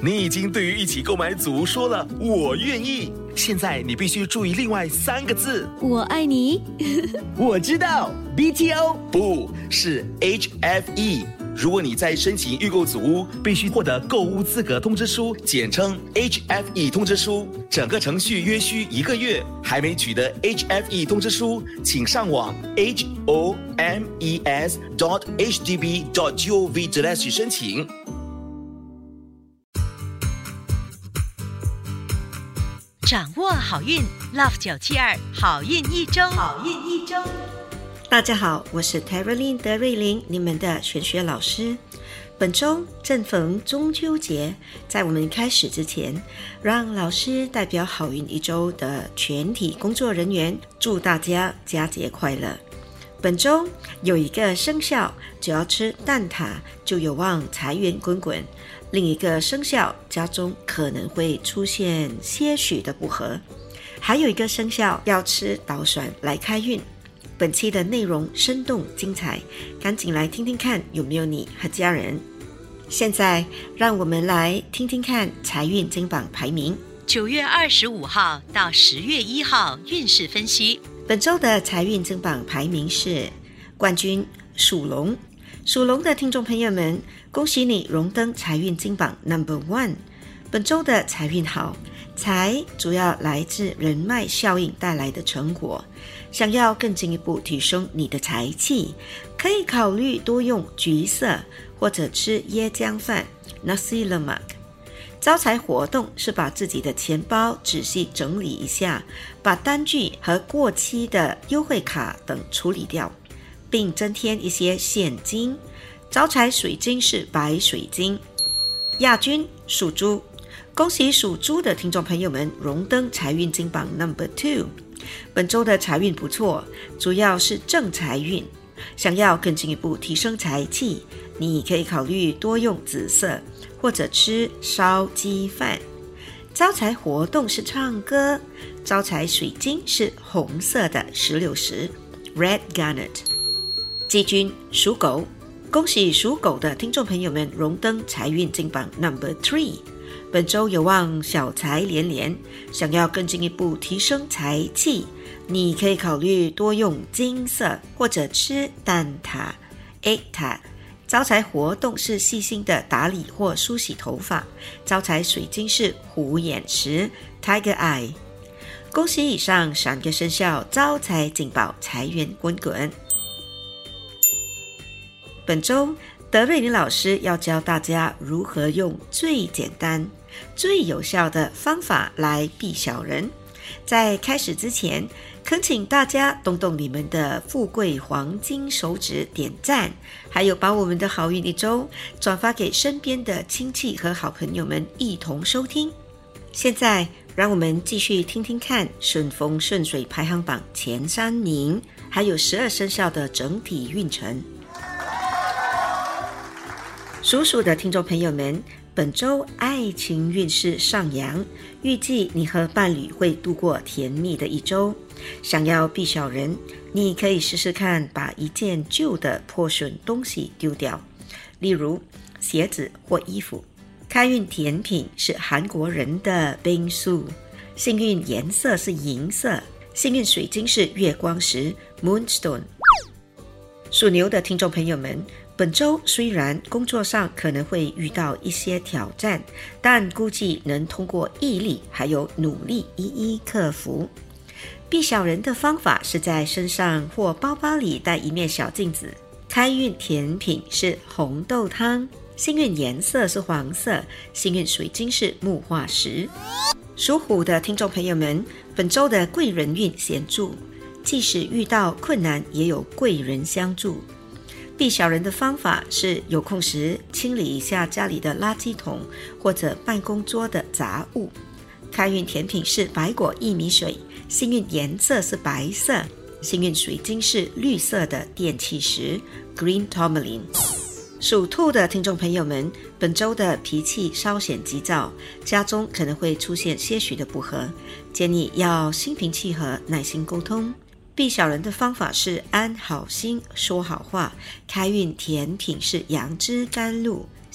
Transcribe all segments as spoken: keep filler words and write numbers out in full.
你已经对于一起购买组说了我愿意，现在你必须注意另外三个字， 我爱你。 我知道 B T O 不是 H F E。如果你在申请预购组屋，必须获得购屋资格通知书，简称 H F E 通知书，整个程序约需一个月。还没取得 H F E 通知书，请上网 h o m e s dot h d b dot gov slash 申请。 掌握好运 ，Love 九七二好运一周，好运一周。 大家好，我是 Terralyn 德瑞琳，你们的玄学老师。本周正逢中秋节，在我们开始之前，让老师代表好运一周的全体工作人员，祝大家佳节快乐。本周有一个生肖，只要吃蛋挞就有望财源滚滚；另一个生肖家中可能会出现些许的不和；还有一个生肖要吃捣蒜来开运。本期的内容生动精彩，赶紧来听听看有没有你和家人。现在让我们来听听看财运金榜排名。 九月二十五号到十月一号运势分析。 本周的财运金榜排名是冠军属龙。属龙的听众朋友们，恭喜你荣登财运金榜 number one。 本周的财运好，财主要来自人脉效应带来的成果。想要更进一步提升你的财气，可以考虑多用橘色或者吃椰浆饭 nasi lemak。 招财活动是把自己的钱包仔细整理一下，把单据和过期的优惠卡等处理掉，并增添一些现金。招财水晶是白水晶。亚军属猪，恭喜属猪的听众朋友们荣登财运金榜 number two。本周的财运不错，主要是正财运。想要更进一步提升财气，你可以考虑多用紫色或者吃烧鸡饭。招财活动是唱歌，招财水晶是红色的石榴石 Red Garnet。 季军属狗，恭喜属狗的听众朋友们荣登财运金榜 number three。本周有望小财连连，想要更进一步提升财气，你可以考虑多用金色或者吃蛋挞 egg tart。 招财活动是细心的打理或梳洗头发，招财水晶是虎眼石 Tiger Eye。 恭喜以上三个生肖招财进宝，财源滚滚。本周德瑞琳老师要教大家如何用最简单最有效的方法来避小人。在开始之前，恳请大家动动你们的富贵黄金手指点赞，还有把我们的好运一周转发给身边的亲戚和好朋友们一同收听。现在让我们继续听听看顺风顺水排行榜前三名还有十二生肖的整体运程。属鼠的听众朋友们，本周爱情运势上扬，预计你和伴侣会度过甜蜜的一周。想要避小人，你可以试试看把一件旧的破损东西丢掉，例如鞋子或衣服。开运甜品是韩国人的冰素，幸运颜色是银色，幸运水晶是月光石 Moonstone。 属牛的听众朋友们，本周虽然工作上可能会遇到一些挑战，但估计能通过毅力还有努力一一克服。避小人的方法是在身上或包包里带一面小镜子。开运甜品是红豆汤，幸运颜色是黄色，幸运水晶是木化石。属虎的听众朋友们，本周的贵人运显著，即使遇到困难也有贵人相助。避小人的方法是有空时清理一下家里的垃圾桶或者办公桌的杂物。开运甜品是白果薏米水，幸运颜色是白色，幸运水晶是绿色的电气石 Green Tourmaline。 属兔的听众朋友们，本周的脾气稍显急躁，家中可能会出现些许的不和，建议要心平气和，耐心沟通。避小人的方法是安好心说好话。开运甜品是杨枝甘露，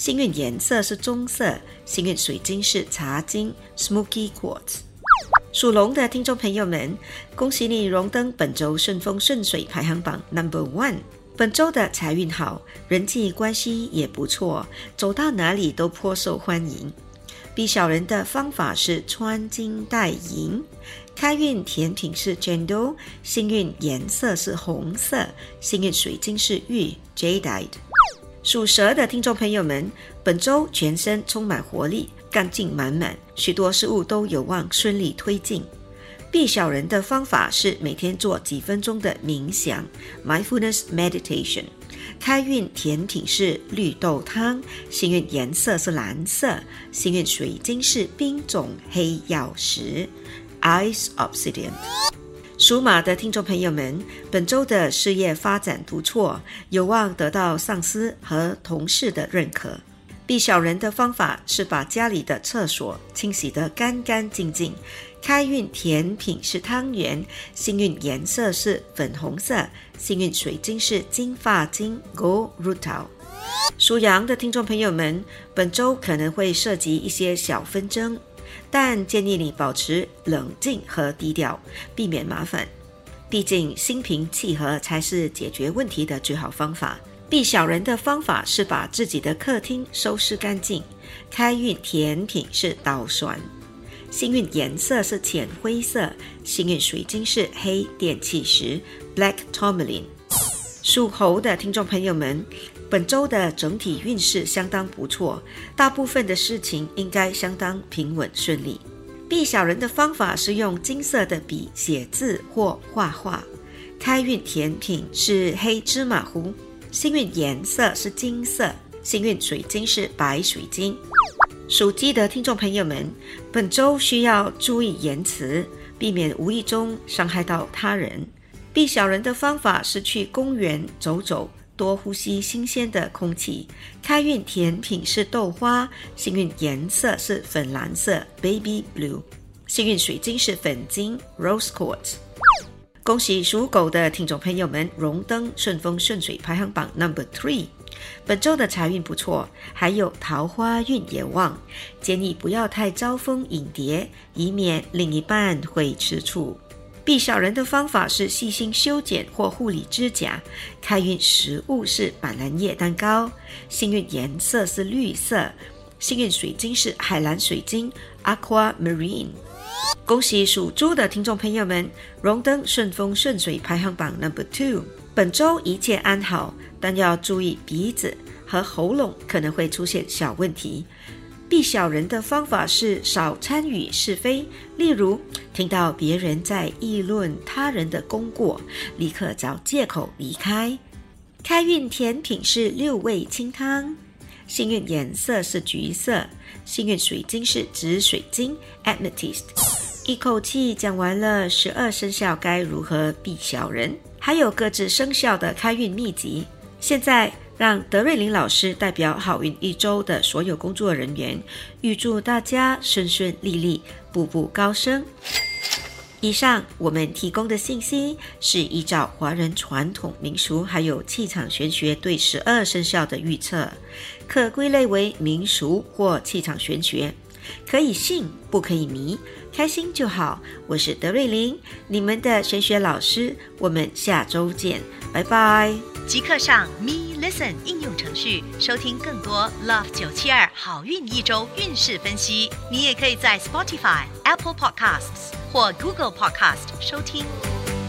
幸运颜色是棕色，幸运水晶是茶金 Smoky Quartz。属龙的听众朋友们，恭喜你荣登本周顺风顺水排行榜 number one。 本周的财运好，人际关系也不错，走到哪里都颇受欢迎。避小人的方法是穿金戴银。开运甜品是 Jendo， 幸运颜色是红色，幸运水晶是玉 Jadeite。 属蛇的听众朋友们，本周全身充满活力，干劲满满，许多事物都有望顺利推进。避小人的方法是每天做几分钟的冥想 Mindfulness Meditation。 开运甜品是绿豆汤，幸运颜色是蓝色，幸运水晶是冰种黑曜石 Ice Obsidian。 属马的听众朋友们，本周的事业发展不错，有望得到上司和同事的认可。避小人的方法是把家里的厕所清洗得干干净净。开运甜品是汤圆，幸运颜色是粉红色，幸运水晶是金发晶 Gold Rutil。 属羊的听众朋友们，本周可能会涉及一些小纷争，但建议你保持冷静和低调，避免麻烦。毕竟心平气和才是解决问题的最好方法。避小人的方法是把自己的客厅收拾干净。开运甜品是刀酸，幸运颜色是浅灰色，幸运水晶是黑电气石 Black Tourmaline。 属猴的听众朋友们，本周的整体运势相当不错，大部分的事情应该相当平稳顺利。避小人的方法是用金色的笔写字或画画。开运甜品是黑芝麻糊，幸运颜色是金色，幸运水晶是白水晶。属鸡的听众朋友们，本周需要注意言辞，避免无意中伤害到他人。避小人的方法是去公园走走，多呼吸新鲜的空气。开运甜品是豆花，幸运颜色是粉蓝色 Baby Blue， 幸运水晶是粉晶 Rose Quartz。恭喜属狗的听众朋友们荣登顺风顺水排行榜 number three。 本周的财运不错，还有桃花运也旺，建议不要太招蜂引蝶，以免另一半会吃醋。避小人的方法是细心修剪或护理指甲。开运食物是板蓝叶蛋糕，幸运颜色是绿色，幸运水晶是海蓝水晶 Aquamarine。 恭喜属猪的听众朋友们荣登顺风顺水排行榜 number two。 本周一切安好，但要注意鼻子和喉咙可能会出现小问题。避小人的方法是少参与是非，例如听到别人在议论他人的功过，立刻找借口离开。开运甜品是六味清汤，幸运颜色是橘色，幸运水晶是紫水晶 Amethyst。 一口气讲完了十二生肖该如何避小人，还有各自生肖的开运秘籍。现在让德瑞琳老师代表好运一周的所有工作人员，预祝大家顺顺利利，步步高升。以上我们提供的信息是依照华人传统民俗还有气场玄学对十二生肖的预测，可归类为民俗或气场玄学，可以信不可以迷，开心就好。我是德瑞琳，你们的玄学老师，我们下周见，拜拜。 即刻上 Me Listen 应用程序收听更多 Love 九七二好运一周运势分析。你也可以在 Spotify、Apple Podcasts 或 Google Podcast 收听。